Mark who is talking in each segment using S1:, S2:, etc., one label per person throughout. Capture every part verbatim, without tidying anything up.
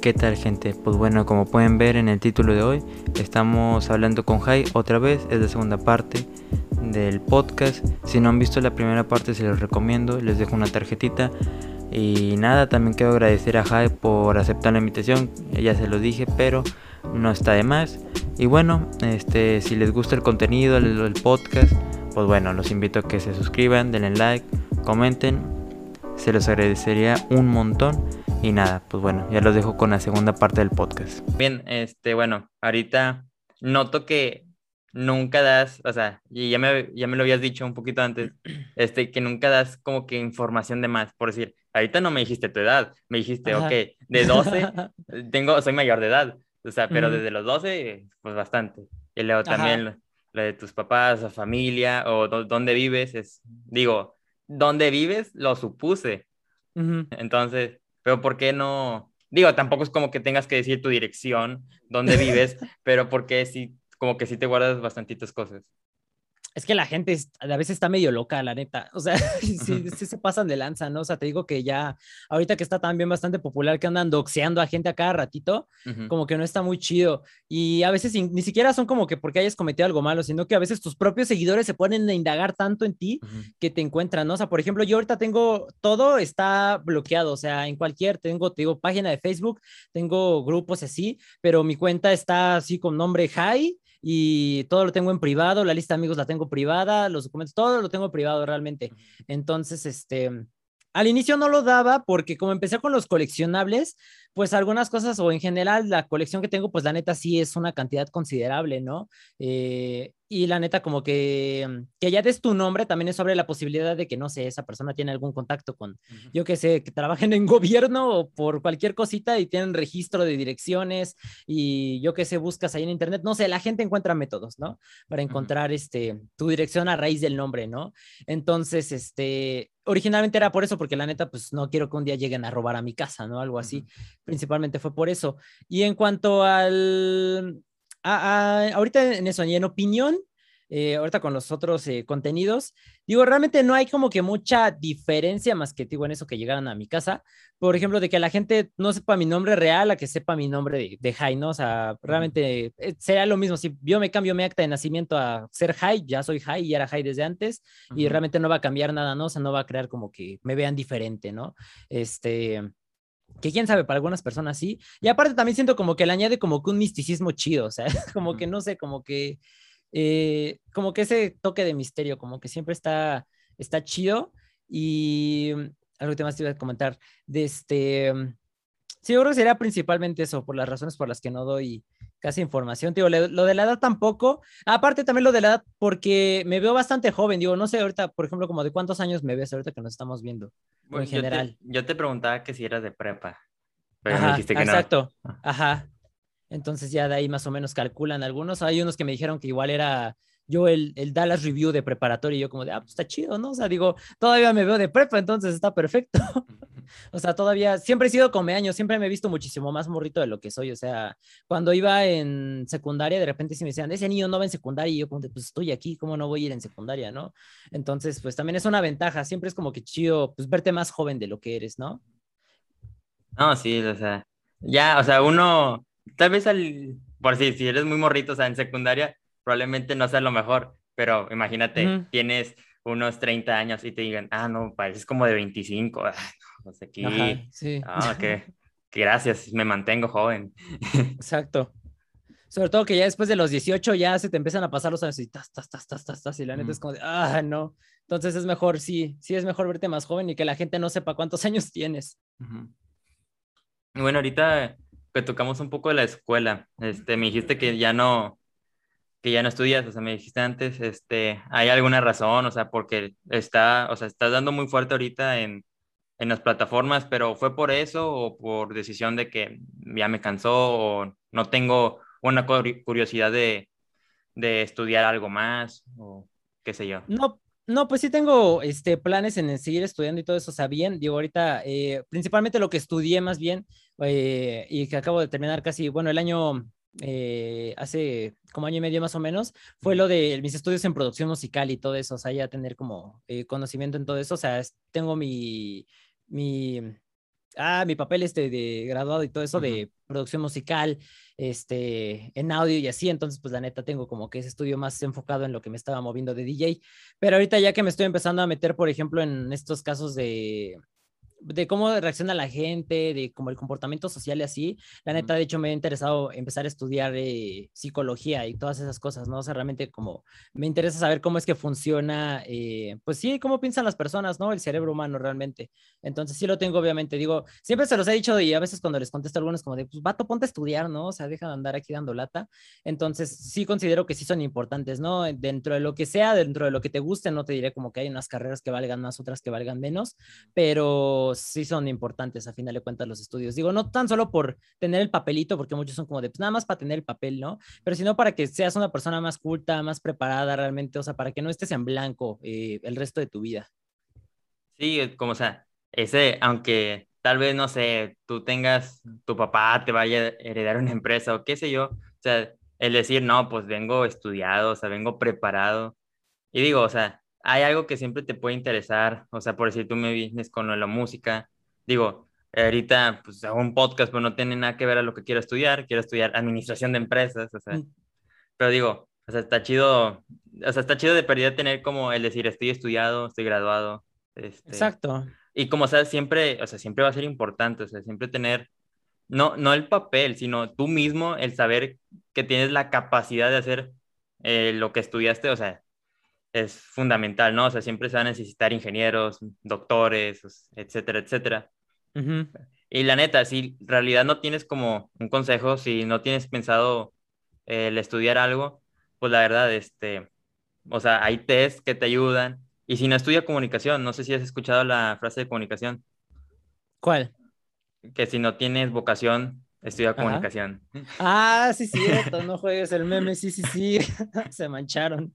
S1: ¿Qué tal, gente? Pues bueno, como pueden ver en el título de hoy, estamos hablando con Jai otra vez, es la segunda parte del podcast. Si no han visto la primera parte, se los recomiendo, les dejo una tarjetita. Y nada, también quiero agradecer a Jai por aceptar la invitación, ya se lo dije, pero no está de más. Y bueno, este, si les gusta el contenido, el, el podcast, pues bueno, los invito a que se suscriban, denle like, comenten, se los agradecería un montón. Y nada, pues bueno, ya los dejo con la segunda parte del podcast. Bien, este, bueno, ahorita noto que nunca das, o sea, y ya me, ya me lo habías dicho un poquito antes, este, que nunca das como que información de más, por decir, ahorita no me dijiste tu edad, me dijiste, ok,
S2: Ajá.
S1: de doce, tengo, soy mayor de edad, o sea, pero
S2: Ujú.
S1: desde los doce, pues bastante. Y luego también
S2: Ajá.
S1: lo, lo de tus papás, o familia, o do- dónde vives, es, digo, dónde vives, lo supuse,
S2: Ujú.
S1: entonces, pero ¿por qué no? Digo, tampoco es como que tengas que decir tu dirección, dónde vives, pero porque sí, como que sí te guardas bastantitas cosas.
S2: Es que la gente es- a veces está medio loca, la neta. O sea, sí,
S1: Ujú,
S2: sí se pasan de lanza, ¿no? O sea, te digo que ya, ahorita que está también bastante popular, que andan doxeando a gente a cada ratito,
S1: ujú,
S2: como que no está muy chido. Y a veces ni, ni siquiera son como que porque hayas cometido algo malo, sino que a veces tus propios seguidores se ponen a indagar tanto en ti
S1: ujú,
S2: que te encuentran, ¿no? O sea, por ejemplo, yo ahorita tengo, todo está bloqueado, o sea, en cualquier, tengo, te digo, página de Facebook, tengo grupos así, pero mi cuenta está así con nombre High y todo lo tengo en privado, la lista de amigos la tengo privada, los documentos, todo lo tengo privado realmente.
S1: ujú,
S2: Entonces, este, al inicio no lo daba porque como empecé con los coleccionables, pues algunas cosas o en general la colección que tengo, pues la neta sí es una cantidad considerable, ¿no? Eh, y la neta como que, que ya des tu nombre también es sobre la posibilidad de que, no sé, esa persona tiene algún contacto con,
S1: ujú,
S2: yo que sé, que trabajen en gobierno o por cualquier cosita y tienen registro de direcciones y yo que sé, buscas ahí en internet, no sé, la gente encuentra métodos, ¿no? Para
S1: ujú,
S2: encontrar este, tu dirección a raíz del nombre, ¿no? Entonces, este, originalmente era por eso, porque la neta, pues no quiero que un día lleguen a robar a mi casa, ¿no? Algo
S1: ujú.
S2: así. Principalmente fue por eso. Y en cuanto al... A, a, ahorita en eso, y en opinión, eh, ahorita con los otros eh, contenidos, digo, realmente no hay como que mucha diferencia más que, digo, en eso que llegaran a mi casa, por ejemplo, de que la gente no sepa mi nombre real a que sepa mi nombre de, de Jai, ¿no? O sea,
S1: Ujú,
S2: realmente eh, sería lo mismo. Si yo me cambio mi acta de nacimiento a ser Jai, ya soy Jai y era Jai desde antes, y
S1: ujú.
S2: realmente no va a cambiar nada, ¿no? O sea, no va a crear como que me vean diferente, ¿no? Este, que quién sabe, para algunas personas sí. Y aparte también siento como que le añade como que un misticismo chido, o sea, como que no sé, como que, eh, como que ese toque de misterio, como que siempre está, está chido. Y mm, algo que más te iba a comentar, de este, mm, sí, yo creo que sería principalmente eso, por las razones por las que no doy casi información. Digo, le- lo de la edad tampoco. Aparte también lo de la edad, porque me veo bastante joven. Digo, no sé ahorita, por ejemplo, como de cuántos años me ves ahorita que nos estamos viendo, o en
S1: Bueno, yo te,
S2: general.
S1: yo te preguntaba que si eras de prepa, pero ya me
S2: Ajá,
S1: dijiste que no.
S2: exacto.
S1: Ah,
S2: Ajá. Entonces ya de ahí más o menos calculan algunos. Hay unos que me dijeron que igual era yo el, el Dallas Review de preparatoria y yo como de, ah, pues está chido, ¿no? O sea, digo, todavía me veo de prepa, entonces está perfecto. O sea, todavía, siempre he sido comeaño, siempre me he visto muchísimo más morrito de lo que soy. O sea, cuando iba en secundaria, de repente sí me decían, ese niño no va en secundaria y yo como de, pues estoy aquí, ¿cómo no voy a ir en secundaria, no? Entonces, pues también es una ventaja, siempre es como que chido, pues verte más joven de lo que eres, ¿no?
S1: no, sí, o sea, ya, o sea, uno, tal vez al, por si, si eres muy morrito, o sea, en secundaria, probablemente no sea lo mejor, pero imagínate,
S2: Ujú.
S1: tienes unos treinta años y te digan, ah, no, pareces como de veinticinco, ah, no, pues
S2: Ajá,
S1: aquí,
S2: sí.
S1: ah, que, que gracias, me mantengo joven.
S2: Exacto. Sobre todo que ya después de los dieciocho ya se te empiezan a pasar los años y tas, tas, tas, tas, tas, tas, y la neta
S1: Ujú,
S2: es como de, ah, no. Entonces es mejor, sí, sí es mejor verte más joven y que la gente no sepa cuántos años tienes.
S1: ujú. Y bueno, ahorita que tocamos un poco de la escuela, este, me dijiste que ya no, que ya no estudias, o sea, me dijiste antes, este, ¿hay alguna razón? O sea, porque está, o sea, estás dando muy fuerte ahorita en, en las plataformas, pero ¿fue por eso o por decisión de que ya me cansó o no tengo una curi- curiosidad de, de estudiar algo más o qué sé yo?
S2: No, no, pues sí tengo este, planes en seguir estudiando y todo eso, o sea, bien, digo, ahorita, eh, principalmente lo que estudié más bien eh, y que acabo de terminar casi, bueno, el año, eh, hace como año y medio más o menos, fue
S1: Ujú,
S2: lo de mis estudios en producción musical y todo eso, o sea, ya tener como eh, conocimiento en todo eso, o sea, es- tengo mi, mi Ah, mi papel este de graduado y todo eso
S1: Ujú.
S2: de producción musical, este, en audio y así, entonces pues la neta tengo como que ese estudio más enfocado en lo que me estaba moviendo de D J, pero ahorita ya que me estoy empezando a meter, por ejemplo, en estos casos de de cómo reacciona la gente, de como el comportamiento social y así. La
S1: Ujú.
S2: neta, de hecho, me ha interesado empezar a estudiar eh, psicología y todas esas cosas, ¿no? O sea, realmente como me interesa saber cómo es que funciona, eh, pues sí, cómo piensan las personas, ¿no? El cerebro humano realmente. Entonces sí lo tengo, obviamente. Digo, siempre se los he dicho y a veces cuando les contesto a algunos como de, pues vato, ponte a estudiar, ¿no? O sea, deja de andar aquí dando lata. Entonces sí considero que sí son importantes, ¿no? Dentro de lo que sea, dentro de lo que te guste, no te diré como que hay unas carreras que valgan más, otras que valgan menos, pero sí son importantes a final de cuentas los estudios. Digo, no tan solo por tener el papelito, porque muchos son como de, pues nada más para tener el papel, ¿no? Pero sino para que seas una persona más culta, más preparada realmente, o sea, para que no estés en blanco eh, el resto de tu vida.
S1: Sí, es como, o sea, ese, aunque tal vez, no sé, tú tengas, tu papá te vaya a heredar una empresa o qué sé yo, o sea, el decir, no, pues vengo estudiado, o sea, vengo preparado. Y digo, o sea, hay algo que siempre te puede interesar, o sea, por decir, tú me vienes con lo de la música, digo, ahorita, pues hago un podcast, pero no tiene nada que ver a lo que quiero estudiar, quiero estudiar administración de empresas, o sea,
S2: Mm,
S1: pero digo, o sea, está chido, o sea, está chido de pérdida tener como el decir, estoy estudiado, estoy graduado, este,
S2: exacto.
S1: y como, o sea, siempre, o sea, siempre va a ser importante, o sea, siempre tener, no, no el papel, sino tú mismo, el saber que tienes la capacidad de hacer eh, lo que estudiaste, o sea, es fundamental, ¿no? O sea, siempre se van a necesitar ingenieros, doctores, etcétera, etcétera.
S2: Ujú.
S1: Y la neta, si en realidad no tienes como un consejo, si no tienes pensado eh, el estudiar algo, pues la verdad, este, o sea, hay test que te ayudan. Y si no estudia comunicación, no sé si has escuchado la frase de comunicación,
S2: ¿Cuál?
S1: que si no tienes vocación, estudia
S2: Ajá.
S1: comunicación.
S2: Ah, sí, cierto, no juegues el meme, sí, sí, sí, se mancharon.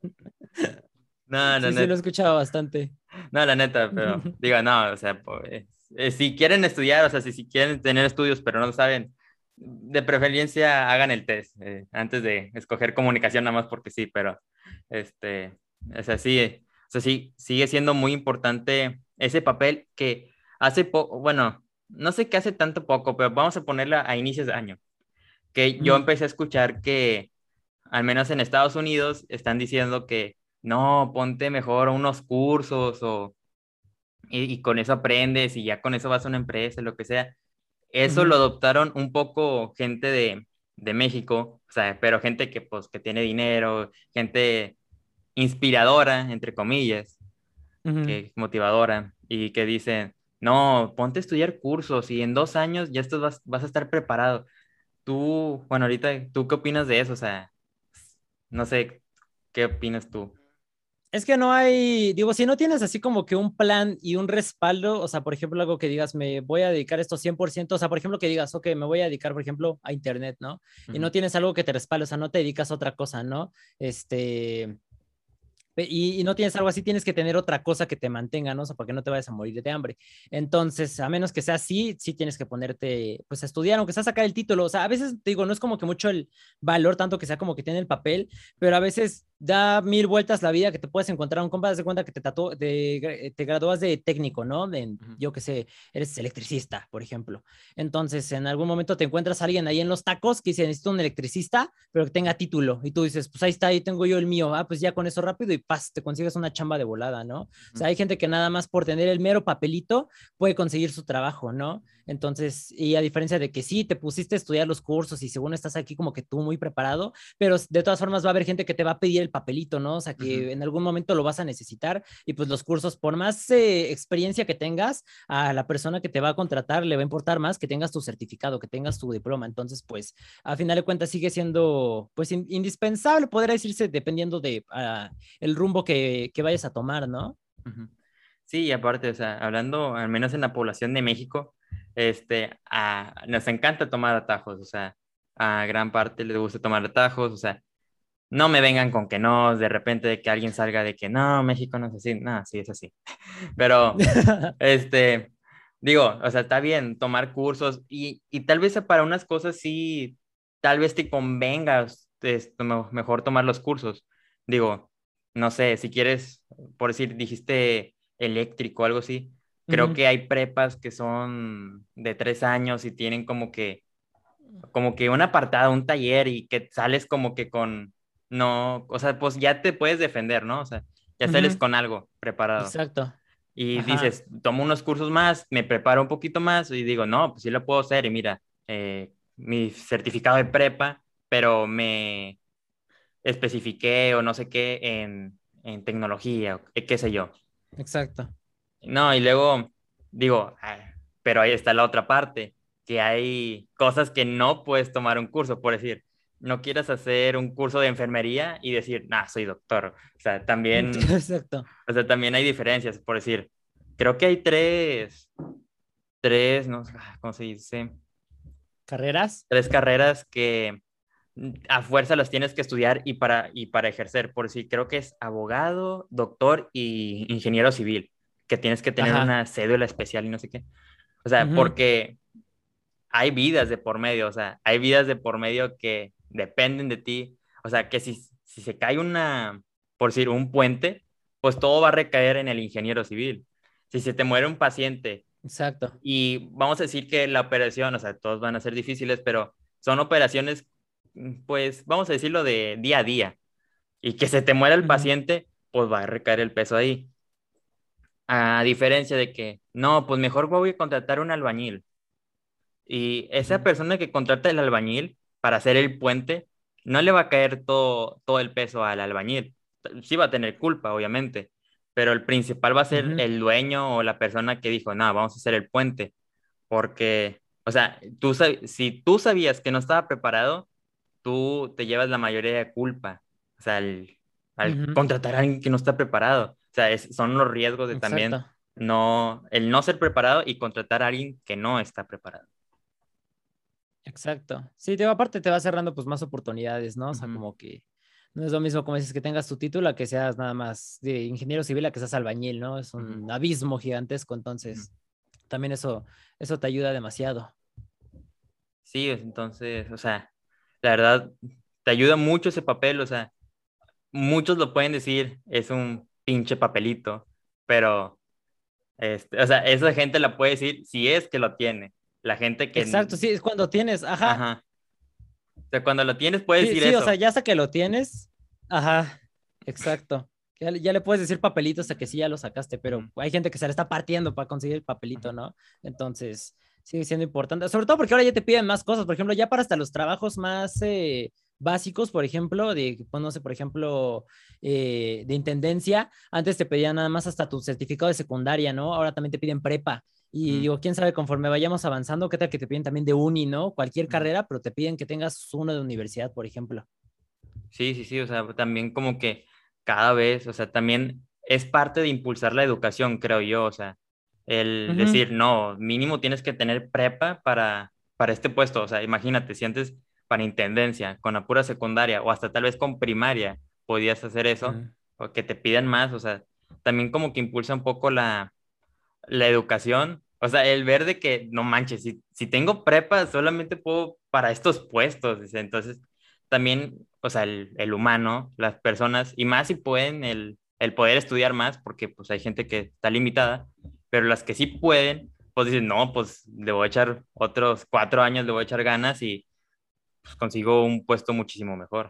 S1: No, la
S2: Sí, sí, lo he
S1: neta,
S2: escuchado bastante.
S1: no, la neta, pero digo, no, o sea, pues, eh, si quieren estudiar, o sea, si, si quieren tener estudios, pero no saben, de preferencia hagan el test eh, antes de escoger comunicación nada más porque sí, pero este, o sea, sí, eh, o sea, sí, sigue siendo muy importante ese papel que hace poco, bueno, no sé qué hace tanto poco, pero vamos a ponerla a inicios de año, que yo
S2: Ujú.
S1: empecé a escuchar que al menos en Estados Unidos están diciendo que no, ponte mejor unos cursos o y, y con eso aprendes y ya con eso vas a una empresa, lo que sea. Eso lo
S2: Ujú.
S1: adoptaron un poco gente de, de México, o sea, pero gente que pues que tiene dinero, gente inspiradora, entre comillas,
S2: Ujú.
S1: que motivadora y que dicen, no, ponte a estudiar cursos y en dos años ya estás, vas, vas a estar preparado. Tú, bueno, ahorita, ¿tú qué opinas de eso? O sea, no sé, ¿qué opinas tú?
S2: Es que no hay, digo, si no tienes así como que un plan y un respaldo, o sea, por ejemplo, algo que digas, me voy a dedicar esto cien por ciento, o sea, por ejemplo, que digas, ok, me voy a dedicar, por ejemplo, a Internet, ¿no? Y
S1: Ujú,
S2: no tienes algo que te respalde, o sea, no te dedicas a otra cosa, ¿no? Este, y, y no tienes algo así, tienes que tener otra cosa que te mantenga, ¿no? O sea, para que no te vayas a morir de hambre. Entonces, a menos que sea así, sí tienes que ponerte, pues, a estudiar, aunque sea sacar el título. O sea, a veces, te digo, no es como que mucho el valor, tanto que sea como que tiene el papel, pero a veces da mil vueltas la vida que te puedes encontrar un compa, de cuenta que te, tatu te, te gradúas de técnico, ¿no? De,
S1: ujú,
S2: yo qué sé, eres electricista, por ejemplo. Entonces, en algún momento te encuentras a alguien ahí en los tacos que dice, necesito un electricista, pero que tenga título. Y tú dices, pues ahí está, ahí tengo yo el mío. Ah, pues ya con eso rápido y paz, te consigues una chamba de volada, ¿no? O
S1: ujú.
S2: sea, hay gente que nada más por tener el mero papelito puede conseguir su trabajo, ¿no? Entonces, y a diferencia de que sí, te pusiste a estudiar los cursos y según estás aquí como que tú muy preparado, pero de todas formas va a haber gente que te va a pedir el papelito, ¿no? O sea,
S1: Ujú.
S2: que en algún momento lo vas a necesitar y pues los cursos, por más eh, experiencia que tengas, a la persona que te va a contratar le va a importar más que tengas tu certificado, que tengas tu diploma. Entonces, pues, a final de cuentas sigue siendo, pues, in indispensable, podría decirse, dependiendo de uh, el rumbo que, que vayas a tomar, ¿no?
S1: Ujú. Sí, y aparte, o sea, hablando al menos en la población de México, este, a- nos encanta tomar atajos, o sea, a gran parte les gusta tomar atajos, o sea, no me vengan con que no, de repente de que alguien salga de que no, México no es así, no, sí es así, pero, este, digo, o sea, está bien tomar cursos y, y tal vez para unas cosas sí, tal vez te convenga, este, me- mejor tomar los cursos, digo, no sé, si quieres, por decir, dijiste eléctrico o algo así, creo
S2: Ujú,
S1: que hay prepas que son de tres años y tienen como que, como que un apartado, un taller y que sales como que con, no, o sea, pues ya te puedes defender, ¿no? O sea, ya sales
S2: ujú,
S1: con algo preparado.
S2: exacto.
S1: Y
S2: Ajá.
S1: dices, tomo unos cursos más, me preparo un poquito más y digo, no, pues sí lo puedo hacer. Y mira, eh, mi certificado de prepa, pero me especifiqué o no sé qué en, en tecnología, o qué, qué sé yo.
S2: Exacto.
S1: No, y luego digo, "Ah, pero ahí está la otra parte, que hay cosas que no puedes tomar un curso, por decir, no quieras hacer un curso de enfermería y decir, nah, soy doctor. O sea, también,
S2: Exacto.
S1: o sea, también hay diferencias, por decir, creo que hay tres, tres, no sé, ah, ¿cómo se dice?
S2: ¿Carreras?
S1: Tres carreras que mm, a fuerza las tienes que estudiar y para, y para ejercer. Por si creo que es abogado, doctor y ingeniero civil, que tienes que tener
S2: Ajá.
S1: una cédula especial y no sé qué. O sea,
S2: Ujú,
S1: porque hay vidas de por medio, o sea, hay vidas de por medio que dependen de ti. O sea, que si, si se cae una, por decir, un puente, pues todo va a recaer en el ingeniero civil. Si se te muere un paciente
S2: exacto.
S1: y vamos a decir que la operación, o sea, todos van a ser difíciles, pero son operaciones, mm, pues, vamos a decirlo de día a día. Y que se te muera el
S2: Ujú,
S1: paciente, pues va a recaer el peso ahí. A diferencia de que, no, pues mejor voy a contratar un albañil. Y esa
S2: ujú,
S1: persona que contrata el albañil para hacer el puente, no le va a caer todo, todo el peso al albañil. Sí va a tener culpa, obviamente, pero el principal va a ser
S2: ujú,
S1: el dueño o la persona que dijo, no, vamos a hacer el puente. Porque, o sea, tú, sab- si tú sabías que no estaba preparado, tú te llevas la mayoría de culpa. O sea, al, al
S2: ujú,
S1: contratar a alguien que no está preparado. O sea, es- son los riesgos de también
S2: exacto.
S1: no, el no ser preparado y contratar a alguien que no está preparado.
S2: Exacto. Sí, te, aparte te va cerrando pues más oportunidades, ¿no? O sea,
S1: Ujú,
S2: como que no es lo mismo como dices que tengas tu título a que seas nada más de ingeniero civil a que seas albañil, ¿no? Es
S1: ujú,
S2: un abismo gigantesco,
S1: ujú.
S2: entonces también eso, eso te ayuda demasiado.
S1: Sí, es- entonces, o sea, la verdad, te ayuda mucho ese papel, o sea, muchos lo pueden decir, es un pinche papelito, pero, este, o sea, esa gente la puede decir si es que lo tiene. La gente que,
S2: Exacto, sí, es cuando tienes, ajá,
S1: ajá, o sea, cuando lo tienes puedes
S2: sí,
S1: decir
S2: sí, o sea,
S1: eso.
S2: ya hasta que lo tienes, ajá, exacto. Ya, le- ya le puedes decir papelito hasta que sí ya lo sacaste, pero
S1: Ujú,
S2: hay gente que se le está partiendo para conseguir el
S1: ujú,
S2: papelito, ¿no? Entonces, sigue siendo importante, sobre todo porque ahora ya te piden más cosas, por ejemplo, ya para hasta los trabajos más eh, básicos, por ejemplo, de, pues, no sé, por ejemplo, eh, de intendencia, antes te pedían nada más hasta tu certificado de secundaria, ¿no? Ahora también te piden prepa. Y
S1: ujú,
S2: digo, quién sabe, conforme vayamos avanzando, qué tal que te piden también de uni, ¿no? Cualquier
S1: ujú.
S2: carrera, pero te piden que tengas uno de universidad, por ejemplo.
S1: Sí, sí, sí, o sea, también como que cada vez, o sea, también es parte de impulsar la educación, creo yo, o sea, el
S2: Ujú,
S1: decir, no, mínimo tienes que tener prepa para, para este puesto, o sea, imagínate, si antes para intendencia, con la pura secundaria o hasta tal vez con primaria podías hacer eso,
S2: ujú.
S1: o que te pidan más, o sea, también como que impulsa un poco la, la educación, o sea, el ver de que, no manches, si, si tengo prepa, solamente puedo para estos puestos, dice, entonces también, o sea, el, el humano, las personas, y más si pueden, el, el poder estudiar más, porque pues hay gente que está limitada, pero las que sí pueden, pues dicen, no, pues le voy a echar otros cuatro años, le voy a echar ganas y pues, consigo un puesto muchísimo mejor.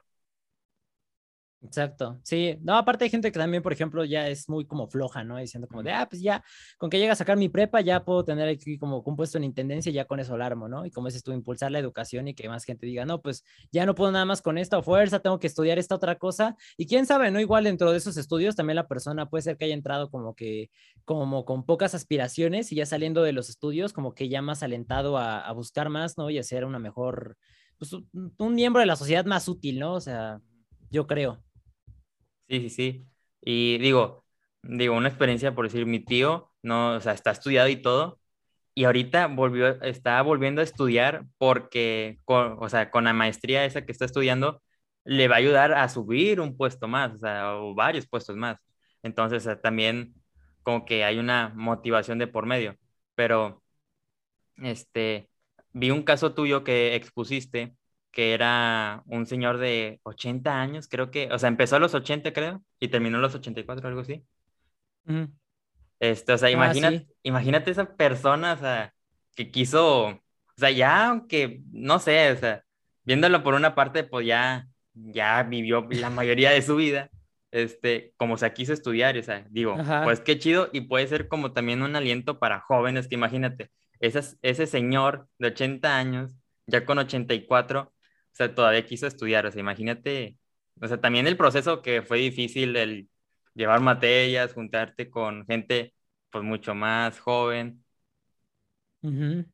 S2: Exacto, sí, no, aparte hay gente que también, por ejemplo, ya es muy como floja, ¿no? Diciendo como
S1: Ujú.
S2: de, ah, pues ya, con que llegue a sacar mi prepa, ya puedo tener aquí como un puesto en intendencia, y ya con eso lo armo, ¿no? Y como dices tú, impulsar la educación y que más gente diga, no, pues ya no puedo nada más con esta fuerza, tengo que estudiar esta otra cosa, y quién sabe, ¿no? Igual dentro de esos estudios también la persona puede ser que haya entrado como que, como con pocas aspiraciones y ya saliendo de los estudios, como que ya más alentado a, a buscar más, ¿no? Y a ser una mejor, pues un, un miembro de la sociedad más útil, ¿no? O sea, yo creo.
S1: Sí, sí, sí. Y digo, digo, una experiencia por decir, mi tío, no, o sea, está estudiado y todo, y ahorita volvió, está volviendo a estudiar porque, con, o sea, con la maestría esa que está estudiando, le va a ayudar a subir un puesto más, o sea, o varios puestos más. Entonces, eh, también como que hay una motivación de por medio. Pero, este, vi un caso tuyo que expusiste, que era un señor de ochenta años, creo que, o sea, empezó a los ochenta creo, y terminó a los ochenta y cuatro algo así.
S2: Ujú.
S1: Este, o sea,
S2: Ah,
S1: imagínate,
S2: sí.
S1: imagínate esa persona, o sea, que quiso, o sea, ya, aunque, no sé, o sea, viéndolo por una parte, pues ya, ya vivió la mayoría de su vida, este, como se quiso estudiar, o sea, digo, pues
S2: Ajá.
S1: qué chido, y puede ser como también un aliento para jóvenes, que imagínate, esas, ese señor de ochenta años, ya con ochenta y cuatro, o sea, todavía quiso estudiar, o sea, imagínate, o sea, también el proceso que fue difícil, el llevar materias, juntarte con gente pues mucho más joven.
S2: Ujú.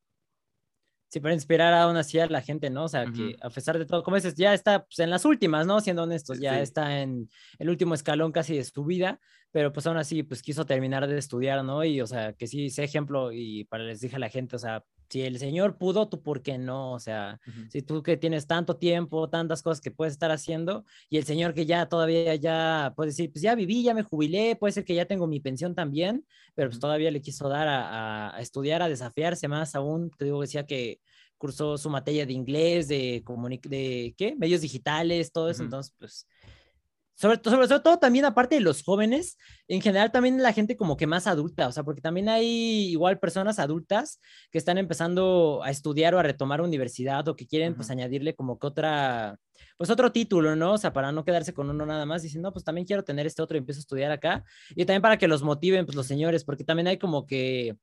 S2: Sí, para inspirar aún así a la gente, ¿no? O sea,
S1: Ujú.
S2: que a pesar de todo, como dices, ya está pues, en las últimas, ¿no? Siendo honestos, ya
S1: Sí.
S2: está en el último escalón casi de su vida, pero pues aún así, pues quiso terminar de estudiar, ¿no? Y, o sea, que sí, sé ejemplo, y para les dije a la gente, o sea, si el señor pudo, tú, ¿por qué no? O sea,
S1: Ujú.
S2: si tú que tienes tanto tiempo, tantas cosas que puedes estar haciendo, y el señor que ya todavía ya puede decir, pues ya viví, ya me jubilé, puede ser que ya tengo mi pensión también, pero pues
S1: Ujú.
S2: todavía le quiso dar a, a, a estudiar, a desafiarse más aún, te digo, decía que cursó su materia de inglés, de, de ¿qué? Medios digitales, todo eso.
S1: Ujú.
S2: Entonces, pues, sobre, sobre, sobre todo también, aparte de los jóvenes, en general también la gente como que más adulta, o sea, porque también hay igual personas adultas que están empezando a estudiar o a retomar universidad o que quieren pues
S1: Ujú.
S2: añadirle como que otra, pues otro título, ¿no? O sea, para no quedarse con uno nada más, diciendo, no, pues también quiero tener este otro y empiezo a estudiar acá. Y también para que los motiven pues los señores, porque también hay como que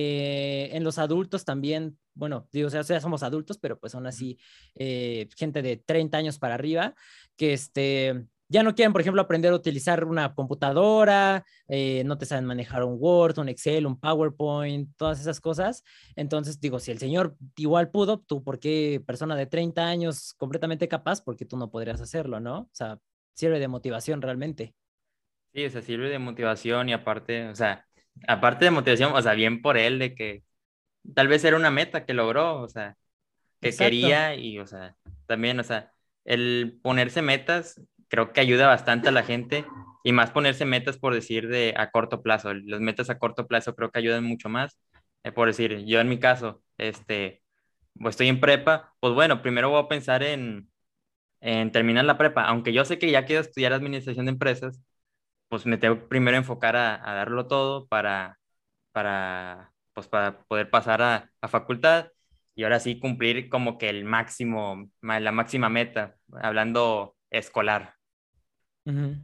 S2: eh, en los adultos también, bueno, digo, o sea, ya somos adultos, pero pues aún
S1: Ujú.
S2: así, eh, gente de treinta años para arriba, que este ya no quieren, por ejemplo, aprender a utilizar una computadora, eh, no te saben manejar un Word, un Excel, un PowerPoint, todas esas cosas. Entonces, digo, si el señor igual pudo, tú, ¿por qué persona de treinta años completamente capaz? Porque tú no podrías hacerlo, ¿no? O sea, sirve de motivación realmente.
S1: Sí, o sea, sirve de motivación y aparte, o sea, aparte de motivación, o sea, bien por él de que tal vez era una meta que logró, o sea, que
S2: Exacto.
S1: quería y, o sea, también, o sea, el ponerse metas creo que ayuda bastante a la gente y más ponerse metas por decir de a corto plazo. Las metas a corto plazo creo que ayudan mucho más. Eh, por decir, yo en mi caso, este, pues estoy en prepa, pues bueno, primero voy a pensar en, en terminar la prepa, aunque yo sé que ya quiero estudiar administración de empresas, pues me tengo que primero enfocar a, a darlo todo para, para, pues para poder pasar a, a facultad y ahora sí cumplir como que el máximo, ma- la máxima meta, hablando escolar.
S2: Ujú.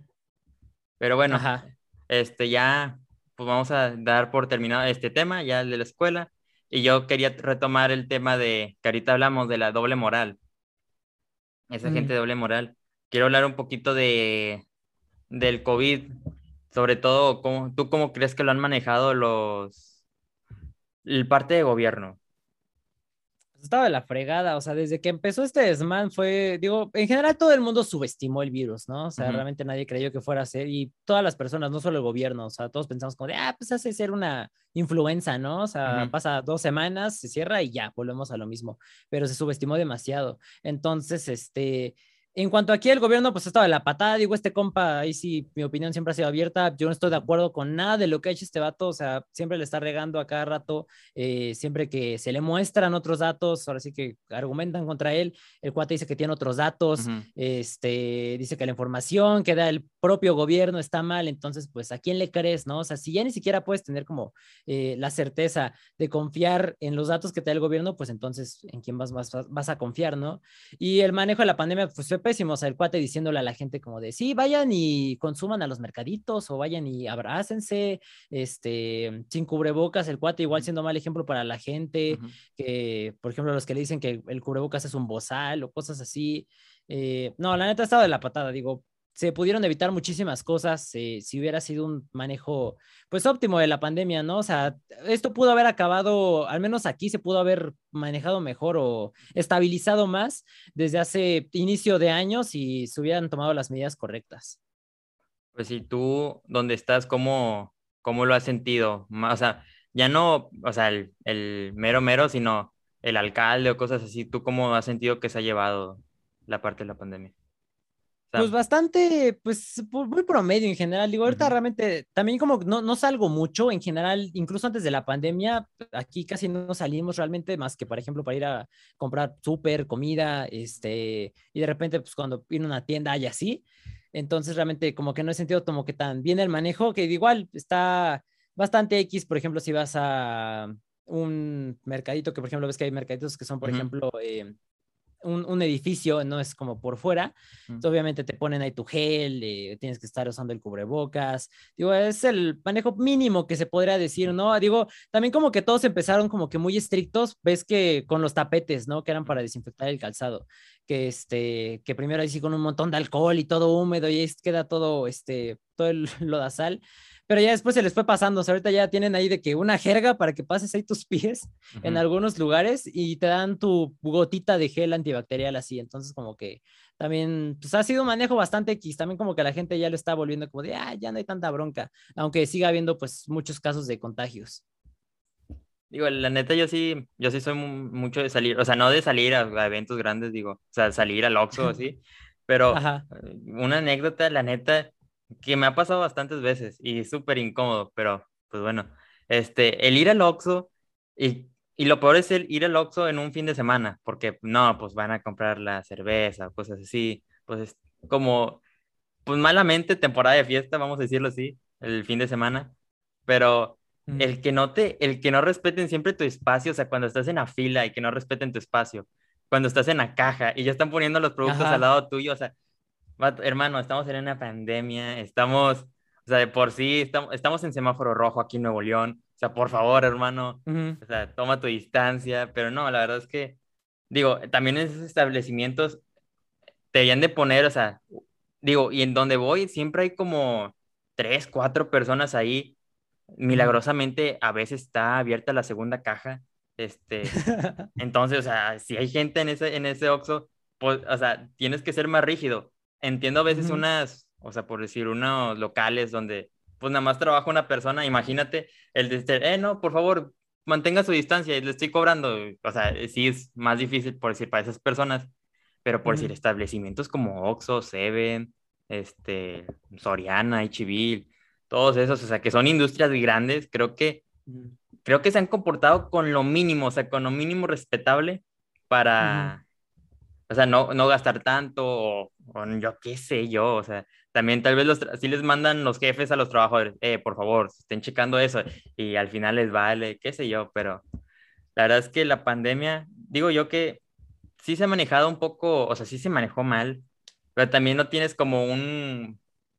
S1: Pero bueno,
S2: Ajá.
S1: este ya, pues vamos a dar por terminado este tema, ya el de la escuela. Y yo quería retomar el tema de que ahorita hablamos de la doble moral, esa gente
S2: Ujú.
S1: de doble moral. Quiero hablar un poquito de, del COVID, sobre todo, ¿cómo, tú cómo crees que lo han manejado los, el parte de gobierno?
S2: Estaba de la fregada, o sea, desde que empezó este desmán fue, digo, en general todo el mundo subestimó el virus, ¿no? O sea,
S1: Ujú.
S2: realmente nadie creyó que fuera a ser, y todas las personas, no solo el gobierno, o sea, todos pensamos como de, ah, pues hace ser una influenza, ¿no? O sea,
S1: Ujú.
S2: pasa dos semanas, se cierra y ya, volvemos a lo mismo, pero se subestimó demasiado. Entonces, este, en cuanto aquí el gobierno, pues estaba de la patada, digo, este compa, ahí sí, mi opinión siempre ha sido abierta, yo no estoy de
S1: Ujú.
S2: acuerdo con nada de lo que ha hecho este vato, o sea, siempre le está regando a cada rato, eh, siempre que se le muestran otros datos, ahora sí que argumentan contra él, el cuate dice que tiene otros datos,
S1: Ujú.
S2: este, dice que la información que da el propio gobierno está mal, entonces, pues, ¿a quién le crees, no? O sea, si ya ni siquiera puedes tener como eh, la certeza de confiar en los datos que te da el gobierno, pues entonces, ¿en quién vas, vas, vas a confiar, no? Y el manejo de la pandemia, pues, fue pésimo, o sea, el cuate diciéndole a la gente como de, sí, vayan y consuman a los mercaditos o vayan y abrácense, este, sin cubrebocas, el cuate igual
S1: Ujú.
S2: siendo mal ejemplo para la gente,
S1: Ujú.
S2: que, por ejemplo, los que le dicen que el cubrebocas es un bozal o cosas así. Eh, no, la neta ha estado de la patada, digo, se pudieron evitar muchísimas cosas eh, si hubiera sido un manejo, pues, óptimo de la pandemia, ¿no? O sea, esto pudo haber acabado, al menos aquí se pudo haber manejado mejor o estabilizado más desde hace inicio de años si se hubieran tomado las medidas correctas.
S1: Pues si tú, ¿dónde estás? ¿Cómo, cómo lo has sentido? Ma- O sea, ya no, o sea, el, el mero mero, sino el alcalde o cosas así. ¿Tú cómo has sentido que se ha llevado la parte de la pandemia? O
S2: Pues
S1: sea,
S2: bastante, pues pu- muy promedio en general. Digo, ahorita
S1: ujú.
S2: realmente también como no, no salgo mucho en general, incluso antes de la pandemia, aquí casi no salimos realmente más que, por ejemplo, para ir a comprar súper, comida, este, y de repente, pues cuando ir a una tienda y así. Entonces realmente como que no he sentido como que tan bien el manejo, que igual está, bastante X, por ejemplo, si vas a un mercadito, que por ejemplo ves que hay mercaditos que son, por
S1: Ujú,
S2: ejemplo, eh, un, un, edificio, no es como por fuera.
S1: ujú.
S2: Entonces, obviamente te ponen ahí tu gel, eh, tienes que estar usando el cubrebocas. Digo, es el manejo mínimo que se podría decir, ¿no? Digo, también como que todos empezaron como que muy estrictos, ves que con los tapetes, ¿no? Que eran para desinfectar el calzado, que este, que primero así con un montón de alcohol y todo húmedo y ahí queda todo, este, todo el lodazal. Pero ya después se les fue pasando, o sea, ahorita ya tienen ahí de que una jerga para que pases ahí tus pies en
S1: Ujú.
S2: algunos lugares y te dan tu gotita de gel antibacterial así. Entonces, como que también, pues ha sido un manejo bastante X. También como que la gente ya lo está volviendo como de, ah, ya no hay tanta bronca, aunque siga habiendo pues muchos casos de contagios.
S1: Digo, la neta, yo sí, yo sí soy mu- mucho de salir, o sea, no de salir a, a eventos grandes, digo, o sea, salir al Oxxo así, pero
S2: Ajá.
S1: eh, una anécdota, la neta, que me ha pasado bastantes veces y es súper incómodo, pero pues bueno, este, el ir al Oxxo y, y lo peor es el ir al Oxxo en un fin de semana, porque no, pues van a comprar la cerveza, cosas así, pues es como, pues malamente temporada de fiesta, vamos a decirlo así, el fin de semana, pero
S2: Mm.
S1: el que no te, el que no respeten siempre tu espacio, o sea, cuando estás en la fila y que no respeten tu espacio, cuando estás en la caja y ya están poniendo los productos al
S2: Ajá.
S1: lado tuyo, o sea, vato, hermano, estamos en una pandemia, estamos, o sea, de por sí, estamos, estamos en semáforo rojo aquí en Nuevo León, o sea, por favor, hermano,
S2: Ujú.
S1: o sea, toma tu distancia, pero no, la verdad es que, digo, también en esos establecimientos te deberían de poner, o sea, digo, y en donde voy siempre hay como tres, cuatro personas ahí.
S2: Ujú.
S1: Milagrosamente a veces está abierta la segunda caja. Este, entonces, o sea, si hay gente en ese, en ese Oxxo, pues, o sea, tienes que ser más rígido. Entiendo a veces
S2: Ujú.
S1: unas, o sea, por decir, unos locales donde pues nada más trabaja una persona, imagínate el de este, eh, no, por favor, mantenga su distancia y le estoy cobrando. O sea, sí es más difícil por decir para esas personas, pero por decir
S2: Ujú.
S1: establecimientos como Oxxo, Seven, este, Soriana, H E B, todos esos, o sea, que son industrias grandes, creo que
S2: Ujú.
S1: creo que se han comportado con lo mínimo, o sea, con lo mínimo respetable
S2: Ujú.
S1: para, o sea, no, no gastar tanto o, o yo qué sé yo, o sea, también tal vez los, tra- sí les mandan los jefes a los trabajadores, eh, por favor, estén checando eso y al final les vale, qué sé yo, pero la verdad es que la pandemia, digo yo que sí se ha manejado un poco, o sea, sí se manejó mal, pero también no tienes como un,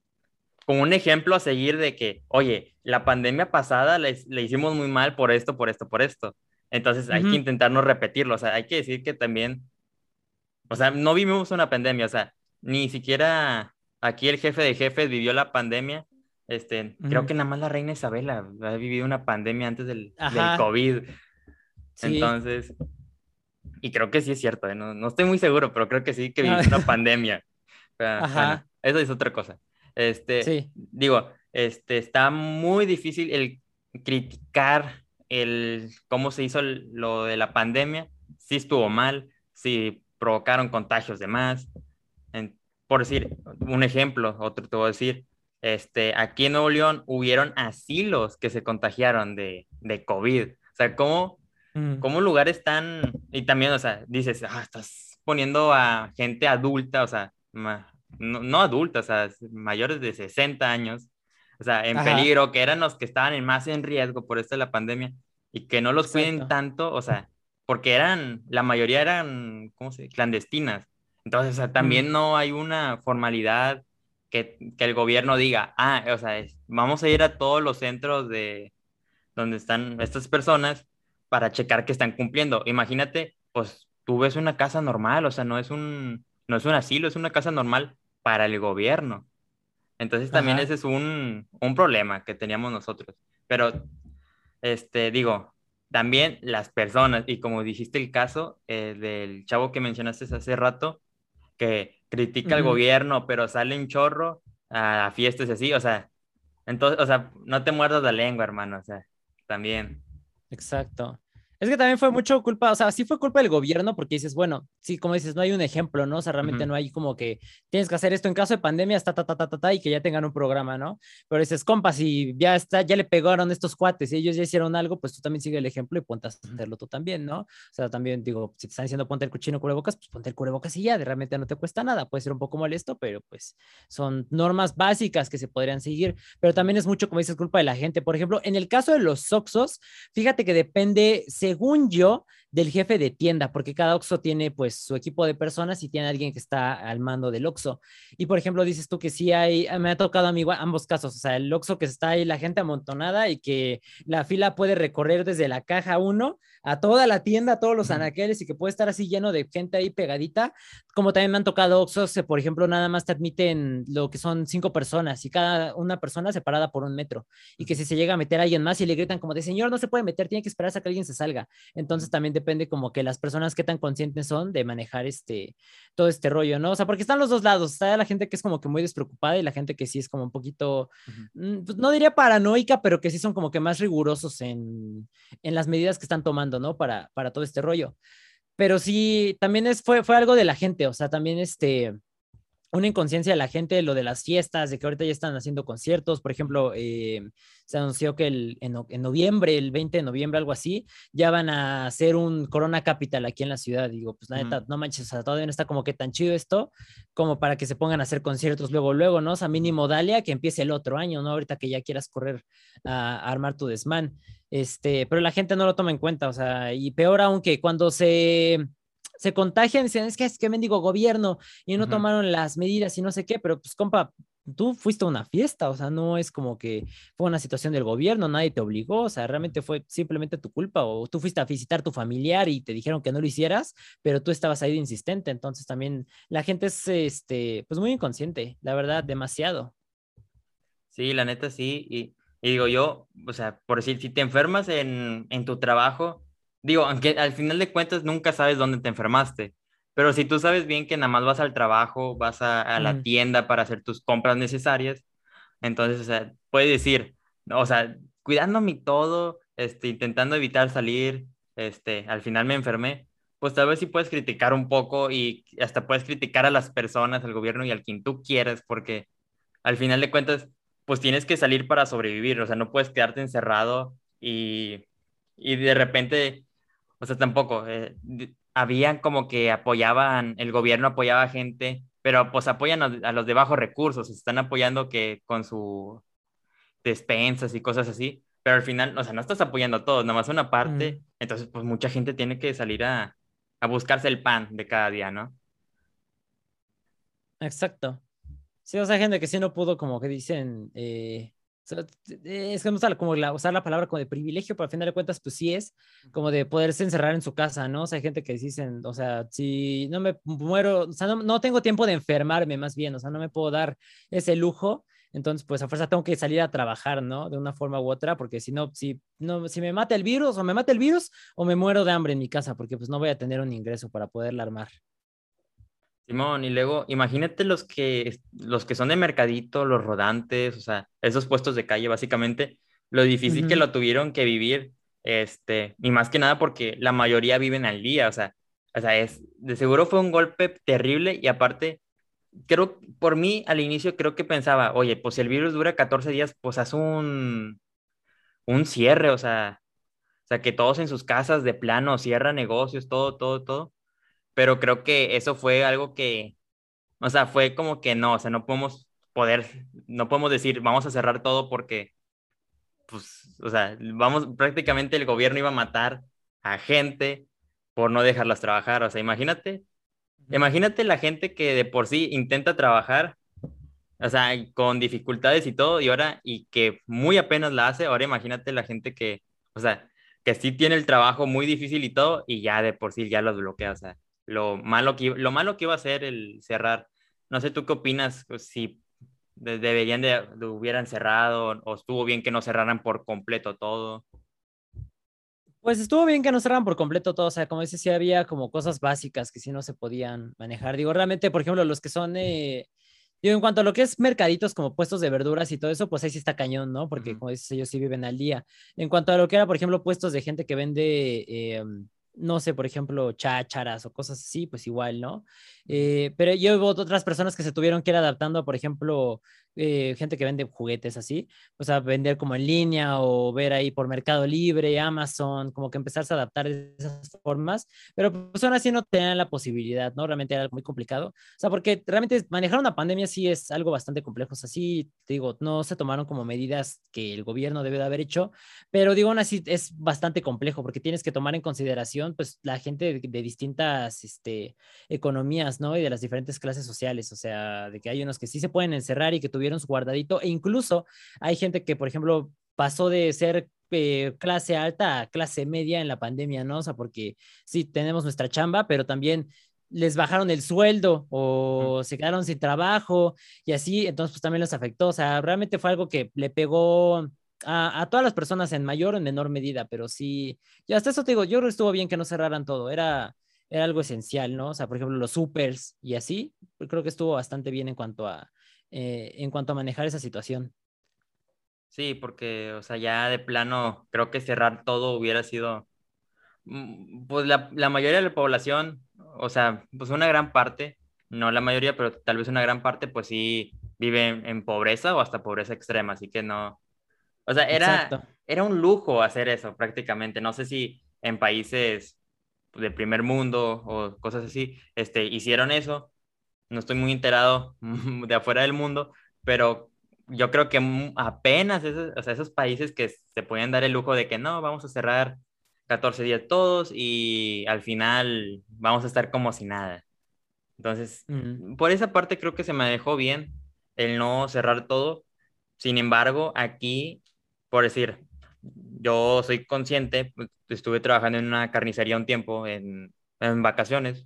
S1: como un ejemplo a seguir de que, oye, la pandemia pasada le, le hicimos muy mal por esto, por esto, por esto. Entonces hay que
S2: Ujú.
S1: intentar no repetirlo, o sea, hay que decir que también, o sea, no vivimos una pandemia, o sea, ni siquiera aquí el jefe de jefes vivió la pandemia. Este, creo
S2: Ujú.
S1: que nada más la reina Isabela ha vivido una pandemia antes del, del
S2: Ajá.
S1: COVID.
S2: Sí.
S1: Entonces, y creo que sí es cierto, ¿eh? No, no estoy muy seguro, pero creo que sí que
S2: Ah,
S1: vivió una pandemia. Pero, bueno,
S2: ajá.
S1: eso es otra cosa. Este,
S2: Sí.
S1: digo, este, está muy difícil el criticar el cómo se hizo el- lo de la pandemia. Si estuvo mal, si provocaron contagios de más. En- por decir un ejemplo, otro te voy a decir, este, aquí en Nuevo León hubieron asilos que se contagiaron de, de COVID. O sea, ¿cómo?
S2: Ujú.
S1: Como lugares tan, y también, o sea, dices, ah, estás poniendo a gente adulta, o sea, ma- no, no adulta, o sea, mayores de sesenta años, o sea, en
S2: Ajá.
S1: peligro, que eran los que estaban en más en riesgo por esto de la pandemia, y que no los cuiden
S2: Exacto.
S1: tanto, o sea, porque eran, la mayoría eran, ¿cómo se dice? Clandestinas. Entonces, o sea,
S2: Ujú.
S1: también no hay una formalidad que, que el gobierno diga, ah, o sea, es- vamos a ir a todos los centros de donde están estas personas para checar que están cumpliendo. Imagínate, pues tú ves una casa normal, o sea, no es un, no es un asilo, es una casa normal para el gobierno. Entonces también
S2: Ajá.
S1: ese es un, un problema que teníamos nosotros. Pero, este, digo, también las personas, y como dijiste el caso eh, del chavo que mencionaste hace rato, que critica al
S2: Ujú.
S1: gobierno, pero sale un chorro a fiestas y así, o sea, entonces, o sea, no te muerdas la lengua, hermano, o sea, también.
S2: Exacto. Es que también fue mucho culpa, o sea, sí fue culpa del gobierno porque dices, bueno, sí, como dices, no hay un ejemplo, ¿no? O sea, realmente
S1: Ujú.
S2: no hay como que tienes que hacer esto en caso de pandemia, ta, ta, ta, ta, ta, ta, y que ya tengan un programa, ¿no? Pero dices, compa, si ya está, ya le pegaron estos cuates y ellos ya hicieron algo, pues tú también sigue el ejemplo y ponte a hacerlo tú también, ¿no? O sea, también digo, si te están diciendo ponte el cuchillo cubrebocas, pues ponte el cubrebocas y ya, de realmente no te cuesta nada, puede ser un poco molesto, pero pues son normas básicas que se podrían seguir, pero también es mucho, como dices, culpa de la gente. Por ejemplo, en el caso de los Oxxos, fíjate que depende, según yo, del jefe de tienda, porque cada Oxxo tiene pues su equipo de personas y tiene alguien que está al mando del Oxxo. Y por ejemplo, dices tú que sí hay, me ha tocado a mí ambos casos, o sea, el Oxxo que está ahí la gente amontonada y que la fila puede recorrer desde la caja uno a toda la tienda, a todos los anaqueles y que puede estar así lleno de gente ahí pegadita, como también me han tocado Oxxos, por ejemplo, nada más te admiten lo que son cinco personas y cada una persona separada por un metro y que si se llega a meter a alguien más y le gritan como de señor, no se puede meter, tiene que esperar a que alguien se salga. Entonces también depende como que las personas qué tan conscientes son de manejar este, todo este rollo, ¿no? O sea, porque están los dos lados, está la gente que es como que muy despreocupada y la gente que sí es como un poquito, pues, no diría paranoica, pero que sí son como que más rigurosos en, en las medidas que están tomando, ¿no? Para, para todo este rollo. Pero sí, también es, fue, fue algo de la gente, o sea, también este, una inconsciencia de la gente, lo de las fiestas, de que ahorita ya están haciendo conciertos. Por ejemplo, eh, se anunció que el, en, en, noviembre, el veinte de noviembre, algo así, ya van a hacer un Corona Capital aquí en la ciudad. Digo, pues la neta, uh-huh. no manches, o sea, todavía no está como que tan chido esto como para que se pongan a hacer conciertos luego, luego, ¿no? O sea, mínimo dale a que empiece el otro año, ¿no? Ahorita que ya quieras correr a, a armar tu desmán. Este, pero la gente no lo toma en cuenta, o sea, y peor aún que cuando se se contagian, dicen, es que es que mendigo gobierno y no uh-huh. tomaron las medidas y no sé qué, pero pues compa, tú fuiste a una fiesta, o sea, no es como que fue una situación del gobierno, nadie te obligó, o sea, realmente fue simplemente tu culpa, o tú fuiste a visitar tu familiar y te dijeron que no lo hicieras, pero tú estabas ahí de insistente, entonces también la gente es, este, pues muy inconsciente, la verdad, demasiado.
S1: Sí, la neta sí, y, y digo yo, o sea, por decir, si te enfermas en, en tu trabajo, digo, aunque al final de cuentas nunca sabes dónde te enfermaste, pero si tú sabes bien que nada más vas al trabajo, vas a, a la
S2: Mm.
S1: tienda para hacer tus compras necesarias, entonces, o sea, puedes decir, o sea, cuidándome y todo, este, intentando evitar salir, este, al final me enfermé, pues tal vez sí puedes criticar un poco y hasta puedes criticar a las personas, al gobierno y al quien tú quieras, porque al final de cuentas, pues tienes que salir para sobrevivir, o sea, no puedes quedarte encerrado y, y de repente, o sea, tampoco, eh, de- habían como que apoyaban, el gobierno apoyaba a gente, pero pues apoyan a, a los de bajos recursos, están apoyando que con su despensas y cosas así, pero al final, o sea, no estás apoyando a todos, nada más una
S2: Mm.
S1: parte, entonces pues mucha gente tiene que salir a, a buscarse el pan de cada día, ¿no?
S2: Exacto. Sí, o sea, gente que sí no pudo, como que dicen, eh, o sea, eh, es que no usa como la, usar la palabra como de privilegio, pero al final de cuentas, pues sí es como de poderse encerrar en su casa, ¿no? O sea, hay gente que dicen, o sea, si no me muero, o sea, no, no tengo tiempo de enfermarme más bien, o sea, no me puedo dar ese lujo, entonces, pues a fuerza tengo que salir a trabajar, ¿no? De una forma u otra, porque si no, si, no, si me mata el virus, o me mata el virus, o me muero de hambre en mi casa, porque pues no voy a tener un ingreso para poderla armar.
S1: Simón, y luego imagínate los que, los que son de mercadito, los rodantes, o sea, esos puestos de calle, básicamente, lo difícil que
S2: Ujú.
S1: lo tuvieron que vivir, este, y más que nada porque la mayoría viven al día, o sea, o sea, es, de seguro fue un golpe terrible y aparte, creo, por mí al inicio creo que pensaba, oye, pues si el virus dura catorce días, pues haz un, un cierre, o sea, o sea, que todos en sus casas de plano, cierra negocios, todo, todo, todo, pero creo que eso fue algo que o sea, fue como que no, o sea, no podemos poder, no podemos decir, vamos a cerrar todo porque, pues, o sea, vamos, prácticamente el gobierno iba a matar a gente por no dejarlas trabajar. O sea, imagínate,
S2: Ujú.
S1: imagínate la gente que de por sí intenta trabajar, o sea, con dificultades y todo, y ahora, y que muy apenas la hace, ahora imagínate la gente que, o sea, que sí tiene el trabajo muy difícil y todo, y ya de por sí ya los bloquea, o sea, lo malo que, lo malo que iba a ser el cerrar. No sé, ¿tú qué opinas? Pues, si de- deberían de, de hubieran cerrado, o estuvo bien que no cerraran por completo todo.
S2: Pues estuvo bien que no cerraran por completo todo, o sea, como dices, sí había como cosas básicas que sí no se podían manejar. Digo, realmente, por ejemplo, los que son, eh, Digo, en cuanto a lo que es mercaditos como puestos de verduras y todo eso, pues ahí sí está cañón, ¿no? Porque
S1: Ujú.
S2: como dices, ellos sí viven al día. En cuanto a lo que era, por ejemplo, puestos de gente que vende, eh, no sé, por ejemplo, chácharas o cosas así, pues igual, ¿no?
S1: Ujú.
S2: Eh, pero yo hubo otras personas que se tuvieron que ir adaptando a, por ejemplo, eh, gente que vende juguetes así, pues a vender como en línea o ver ahí por Mercado Libre, Amazon, como que empezarse a adaptar de esas formas, pero pues aún así no tenían la posibilidad, ¿no? Realmente era algo muy complicado. O sea, porque realmente manejar una pandemia sí es algo bastante complejo. O sea, sí, te digo, no se tomaron como medidas que el gobierno debe de haber hecho, pero digo, aún así es bastante complejo porque tienes que tomar en consideración, pues, la gente de, de distintas, este, economías, ¿no? Y de las diferentes clases sociales. O sea, de que hay unos que sí se pueden encerrar y que tuvieron su guardadito, e incluso hay gente que, por ejemplo, pasó de ser eh, clase alta a clase media en la pandemia, ¿no? O sea, porque sí tenemos nuestra chamba, pero también les bajaron el sueldo
S1: Ujú.
S2: o se quedaron sin trabajo y así, entonces pues también les afectó. O sea, realmente fue algo que le pegó a, a todas las personas en mayor o en menor medida, pero sí, y hasta eso te digo, yo creo que estuvo bien que no cerraran todo, era, era algo esencial, ¿no? O sea, por ejemplo, los supers y así, pues, creo que estuvo bastante bien en cuanto a, eh, en cuanto a manejar esa situación.
S1: Sí, porque, o sea, ya de plano, creo que cerrar todo hubiera sido, mm, pues la, la mayoría de la población, o sea, pues una gran parte, no la mayoría, pero tal vez una gran parte, pues sí vive en, en pobreza o hasta pobreza extrema, así que no, o sea, era,
S2: Exacto.
S1: era un lujo hacer eso prácticamente. No sé si en países de primer mundo o cosas así, este, hicieron eso. No estoy muy enterado de afuera del mundo, pero yo creo que mu- apenas esos, o sea, esos países que se pueden dar el lujo de que no, vamos a cerrar catorce días todos y al final vamos a estar como si nada. Entonces,
S2: Ujú.
S1: por esa parte creo que se me dejó bien el no cerrar todo. Sin embargo, aquí, por decir, yo soy consciente, pues, estuve trabajando en una carnicería un tiempo en, en vacaciones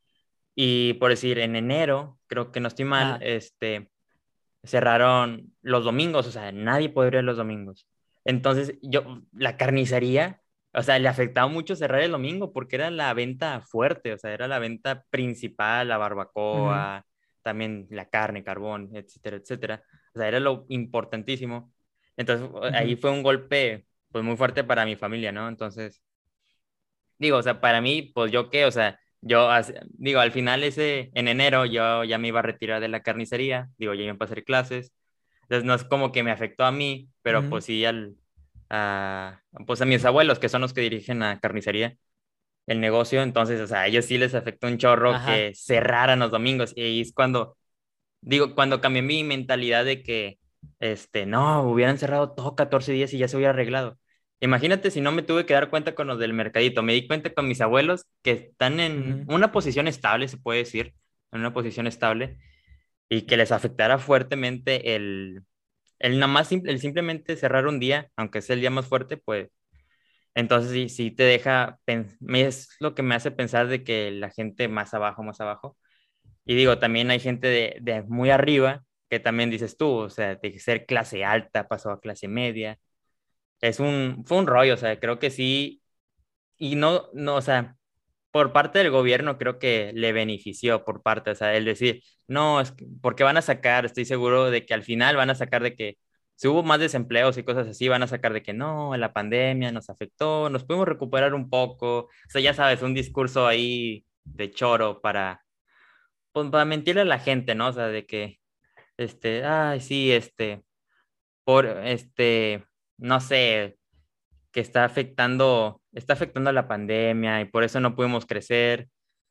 S1: y por decir, en enero, creo que no estoy mal,
S2: Ajá.
S1: este, cerraron los domingos, o sea, nadie podría ir los domingos. Entonces, yo, la carnicería, o sea, le afectaba mucho cerrar el domingo porque era la venta fuerte, o sea, era la venta principal, la
S2: Ujú,
S1: barbacoa, también la carne, carbón, etcétera, etcétera. O sea, era lo importantísimo. Entonces, ahí
S2: ujú.
S1: fue un golpe, pues, muy fuerte para mi familia, ¿no? Entonces, digo, o sea, para mí, pues yo qué, o sea, yo, hace- digo, al final ese, en enero yo ya me iba a retirar de la carnicería, digo, ya iba a pasar clases, entonces no es como que me afectó a mí, pero
S2: Ujú.
S1: pues sí al, a, pues a mis abuelos, que son los que dirigen la carnicería, el negocio, entonces, o sea, a ellos sí les afectó un chorro
S2: Ajá.
S1: que cerraran los domingos, y ahí es cuando, digo, cuando cambié mi mentalidad de que, este, no, hubieran cerrado todo catorce días y ya se hubiera arreglado. Imagínate si no me tuve que dar cuenta con los del mercadito, me di cuenta con mis abuelos que están en
S2: Ujú.
S1: una posición estable, se puede decir, en una posición estable, y que les afectara fuertemente el, el nada más simple, el simplemente cerrar un día, aunque sea el día más fuerte, pues entonces sí, sí te deja, pen- me- es lo que me hace pensar de que la gente más abajo, más abajo, y digo, también hay gente de, de muy arriba que también dices tú, o sea, de ser clase alta pasó a clase media. Es un, fue un rollo, o sea, creo que sí, y no, no, o sea, por parte del gobierno creo que le benefició por parte, o sea, el decir, no, es que, porque van a sacar, estoy seguro de que al final van a sacar de que si hubo más desempleos y cosas así, van a sacar de que no, la pandemia nos afectó, nos pudimos recuperar un poco, o sea, ya sabes, un discurso ahí de choro para, pues, para mentirle a la gente, ¿no? O sea, de que este, ay, sí, este, por, este, no sé, que está afectando, está afectando la pandemia y por eso no pudimos crecer,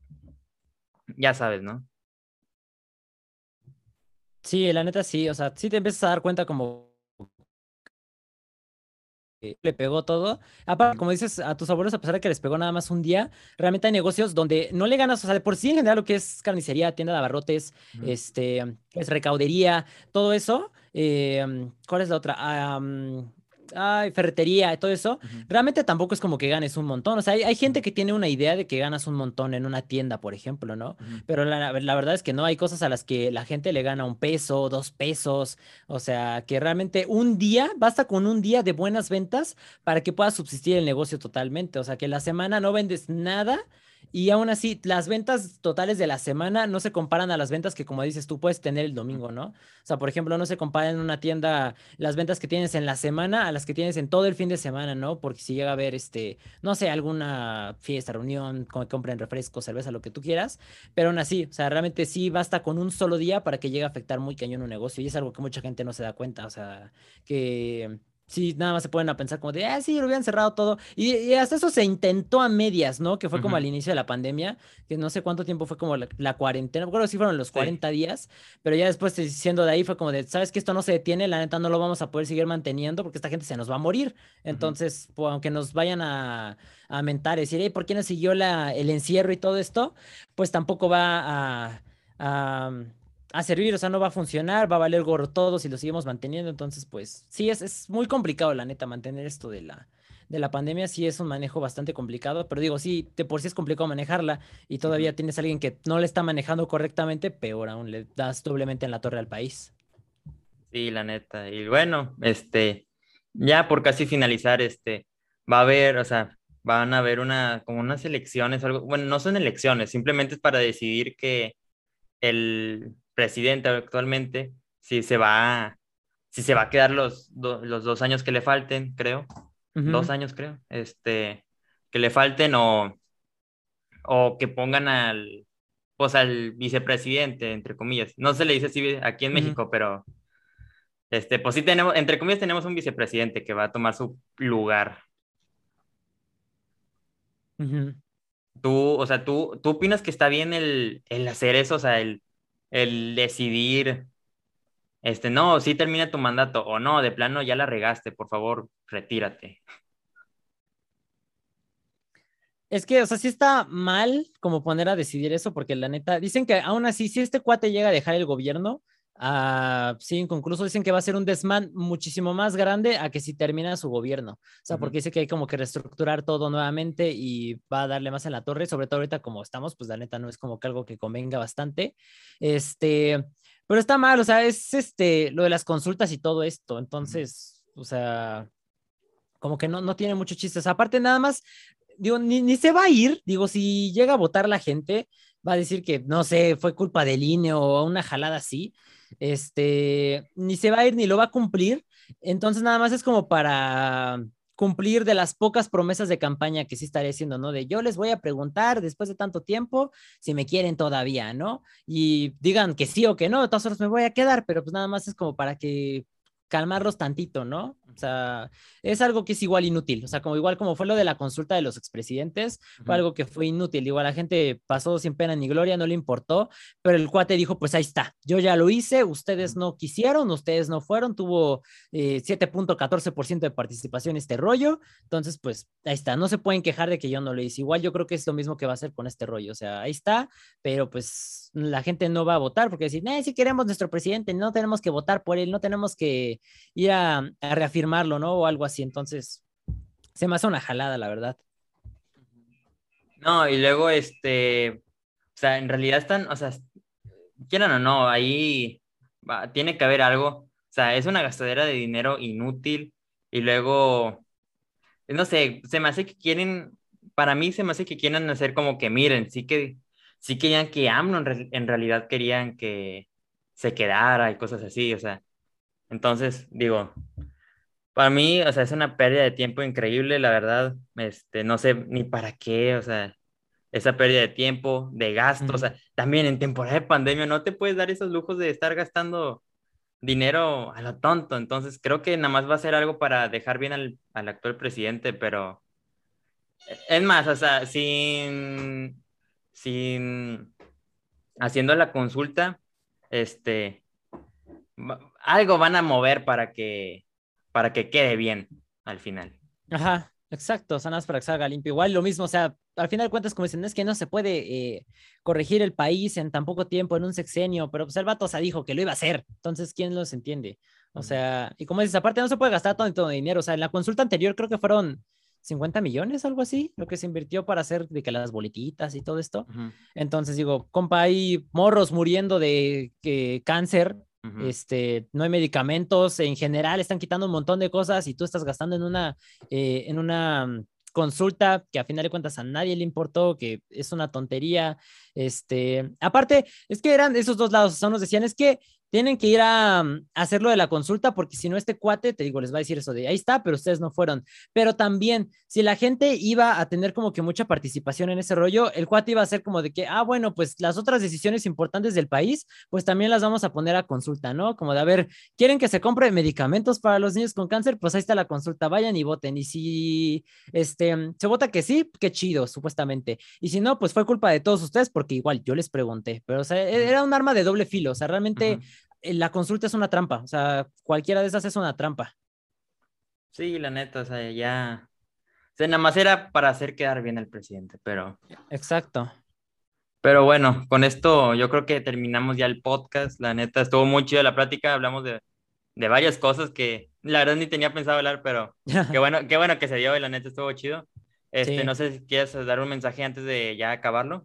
S1: ya sabes, ¿no?
S2: Sí, la neta sí, o sea, sí te empiezas a dar cuenta como que le pegó todo. Aparte,
S1: Ujú.
S2: como dices, a tus abuelos, a pesar de que les pegó nada más un día, realmente hay negocios donde no le ganas, o sea, de por sí en general lo que es carnicería, tienda de abarrotes,
S1: Ujú.
S2: este, es recaudería, todo eso. eh, ¿cuál es la otra? Ah, mm, ay, ferretería, todo eso.
S1: Ujú.
S2: Realmente tampoco es como que ganes un montón. O sea, hay, hay gente
S1: Ujú.
S2: que tiene una idea de que ganas un montón en una tienda, por ejemplo, ¿no?
S1: Ujú.
S2: Pero la, la verdad es que no, hay cosas a las que la gente le gana un peso, dos pesos. O sea, que realmente un día, basta con un día de buenas ventas para que pueda subsistir el negocio totalmente. O sea, que la semana no vendes nada Y aún así, las ventas totales de la semana no se comparan a las ventas que, como dices, tú puedes tener el domingo, ¿no? O sea, por ejemplo, no se comparan en una tienda las ventas que tienes en la semana a las que tienes en todo el fin de semana, ¿no? Porque si llega a haber, este, no sé, alguna fiesta, reunión, co- compren refrescos, cerveza, lo que tú quieras, pero aún así, o sea, realmente sí basta con un solo día para que llegue a afectar muy cañón un negocio y es algo que mucha gente no se da cuenta, o sea, que... Sí, nada más se pueden a pensar como de, ah, sí, lo hubieran cerrado todo. Y, y hasta eso se intentó a medias, ¿no? Que fue como
S1: Ujú.
S2: al inicio de la pandemia, que no sé cuánto tiempo fue como la, la cuarentena, creo que sí fueron los
S1: Sí.
S2: cuarenta días, pero ya después eh, siendo de ahí fue como de, sabes que esto no se detiene, la neta no lo vamos a poder seguir manteniendo porque esta gente se nos va a morir.
S1: Ujú.
S2: Entonces, pues, aunque nos vayan a, a mentar y decir, hey, ¿por qué no siguió la, el encierro y todo esto? Pues tampoco va a, a, a servir, o sea, no va a funcionar, va a valer gorro todo si lo seguimos manteniendo. Entonces, pues sí, es, es muy complicado, la neta, mantener esto de la, de la pandemia. Sí es un manejo bastante complicado, pero digo, sí, de por sí es complicado manejarla y
S1: Ujú.
S2: todavía tienes a alguien que no le está manejando correctamente, peor aún, le das doblemente en la torre al país.
S1: Sí, la neta. Y bueno, este, ya por casi finalizar, este, va a haber, o sea, van a haber una, como unas elecciones o algo. Bueno, no son elecciones, simplemente es para decidir que el presidente actualmente, si se va, si se va a quedar los, do- los dos años que le falten, creo, dos
S2: Ujú,
S1: años creo, este, que le falten o, o que pongan al, pues al vicepresidente, entre comillas. No se le dice así aquí en
S2: ujú,
S1: México, pero este, pues sí tenemos, entre comillas, tenemos un vicepresidente que va a tomar su lugar.
S2: ujú.
S1: Tú, o sea, tú, tú opinas que está bien el, el hacer eso, o sea, el, el decidir, este, no, sí termina tu mandato, o no, de plano ya la regaste, por favor, retírate.
S2: Es que, o sea, sí está mal como poner a decidir eso, porque la neta, dicen que aún así, si este cuate llega a dejar el gobierno, ah, sí, inconcluso, dicen que va a ser un desmán muchísimo más grande a que si termina su gobierno. O sea,
S1: Ujú.
S2: porque dice que hay como que reestructurar todo nuevamente y va a darle más en la torre, sobre todo ahorita como estamos, pues la neta no es como que algo que convenga bastante. Este, pero está mal, o sea, es este, lo de las consultas y todo esto.
S1: Ujú.
S2: Entonces, o sea, como que no, no tiene mucho chiste. O sea, aparte nada más, digo, ni, ni se va a ir, digo, si llega a votar la gente, va a decir que, no sé, fue culpa del I N E o una jalada así, este, ni se va a ir ni lo va a cumplir, entonces nada más es como para cumplir de las pocas promesas de campaña que sí estaré haciendo, ¿no? De yo les voy a preguntar después de tanto tiempo si me quieren todavía, ¿no? Y digan que sí o que no, de todas formas me voy a quedar, pero pues nada más es como para que calmarlos tantito, ¿no? O sea, es algo que es igual inútil. O sea, como igual como fue lo de la consulta de los expresidentes, fue
S1: Ujú.
S2: algo que fue inútil. Igual la gente pasó sin pena ni gloria, no le importó, pero el cuate dijo, pues ahí está, yo ya lo hice, ustedes
S1: Ujú.
S2: no quisieron, ustedes no fueron, tuvo eh, siete punto catorce por ciento de participación este rollo, entonces pues ahí está, no se pueden quejar de que yo no lo hice. Igual yo creo que es lo mismo que va a hacer con este rollo, o sea, ahí está, pero pues la gente no va a votar porque decir, eh, si queremos nuestro presidente, no tenemos que votar por él, no tenemos que ir a, a reafirmarlo, ¿no? O algo así. Entonces, se me hace una jalada, la verdad.
S1: No, y luego, este, o sea, en realidad están, o sea, quieran o no, ahí va- tiene que haber algo. O sea, es una gastadera de dinero inútil. Y luego, no sé, se me hace que quieren, para mí se me hace que quieren hacer como que miren, sí que, sí querían que AMLO en, re- en realidad querían que se quedara y cosas así, o sea, entonces digo, para mí, o sea, es una pérdida de tiempo increíble, la verdad, este, no sé ni para qué, o sea, esa pérdida de tiempo, de gasto, o
S2: Ujú.
S1: sea, también en temporada de pandemia no te puedes dar esos lujos de estar gastando dinero a lo tonto, entonces creo que nada más va a ser algo para dejar bien al, al actual presidente, pero es más, o sea, sin, sin, haciendo la consulta, este, va- algo van a mover para que, para que quede bien al final.
S2: Ajá, exacto, son las para que salga limpio. Igual lo mismo, o sea, al final de cuentas, como dicen, es que no se puede eh, corregir el país en tan poco tiempo, en un sexenio, pero pues el vato, o sea, dijo que lo iba a hacer, entonces, ¿quién los entiende? O
S1: Ujú.
S2: sea, y como dices, aparte no se puede gastar tanto dinero, o sea, en la consulta anterior creo que fueron cincuenta millones, algo así, lo que se invirtió para hacer de que las boletitas y todo esto.
S1: Ujú.
S2: Entonces digo, compa, hay morros muriendo de que cáncer,
S1: Ujú.
S2: este, no hay medicamentos, en general están quitando un montón de cosas y tú estás gastando en una, eh, en una, consulta que a final de cuentas a nadie le importó, que es una tontería. Este, aparte, es que eran esos dos lados, o sea, nos decían, es que tienen que ir a, um, a hacer lo de la consulta porque si no este cuate, te digo, les va a decir eso de ahí está, pero ustedes no fueron. Pero también, si la gente iba a tener como que mucha participación en ese rollo, el cuate iba a ser como de que, ah, bueno, pues las otras decisiones importantes del país, pues también las vamos a poner a consulta, ¿no? Como de, a ver, ¿quieren que se compre medicamentos para los niños con cáncer? Pues ahí está la consulta, vayan y voten. Y si este, se vota que sí, qué chido, supuestamente. Y si no, pues fue culpa de todos ustedes porque igual yo les pregunté, pero o sea, era un arma de doble filo, o sea, realmente
S1: Ujú.
S2: la consulta es una trampa, o sea, cualquiera de esas es una trampa.
S1: Sí, la neta, o sea, ya... O sea, nada más era para hacer quedar bien al presidente, pero...
S2: Exacto.
S1: Pero bueno, con esto yo creo que terminamos ya el podcast. La neta, estuvo muy chida la plática. Hablamos de, de varias cosas que la verdad ni tenía pensado hablar, pero qué bueno, qué bueno que se dio y la neta estuvo chido. Este,
S2: Sí.
S1: no sé si quieres dar un mensaje antes de ya acabarlo.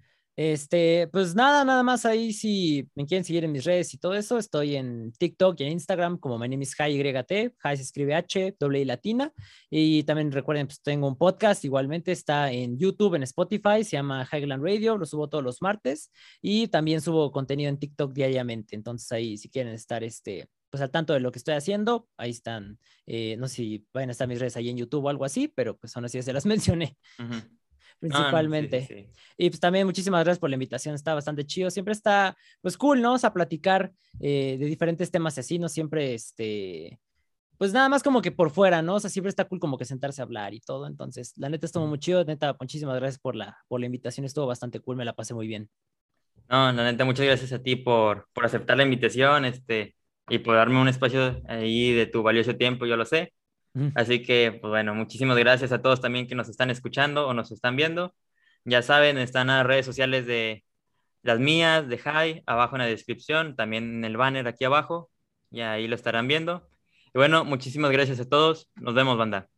S2: Este, pues nada, nada más ahí si me quieren seguir en mis redes y todo eso, estoy en TikTok y en Instagram como my name is Jai Y T, Jai se escribe H, doble I latina, y también recuerden, pues tengo un podcast, igualmente está en YouTube, en Spotify, se llama Highland Radio, lo subo todos los martes, y también subo contenido en TikTok diariamente, entonces ahí si quieren estar, este, pues al tanto de lo que estoy haciendo, ahí están, eh, no sé si vayan a estar mis redes ahí en YouTube o algo así, pero pues aún así ya se las mencioné
S1: Ujú. No, no, sí, sí,
S2: principalmente.
S1: sí.
S2: Y pues también muchísimas gracias por la invitación, está bastante chido. Siempre está, pues cool, ¿no? O sea, platicar eh, de diferentes temas y así, no siempre, este, pues nada más como que por fuera, ¿no? O sea, siempre está cool como que sentarse a hablar y todo. Entonces, la neta estuvo
S1: Ujú.
S2: muy chido, neta, muchísimas gracias por la, por la invitación, estuvo bastante cool, me la pasé muy bien.
S1: No, la neta, muchas gracias a ti por, por aceptar la invitación, este, y por darme un espacio ahí de tu valioso tiempo, yo lo sé.
S2: Ujú.
S1: Así que, pues bueno, muchísimas gracias a todos también que nos están escuchando o nos están viendo. Ya saben, están las redes sociales de las mías, de Jai, abajo en la descripción, también en el banner aquí abajo, y ahí lo estarán viendo. Y bueno, muchísimas gracias a todos. Nos vemos, banda.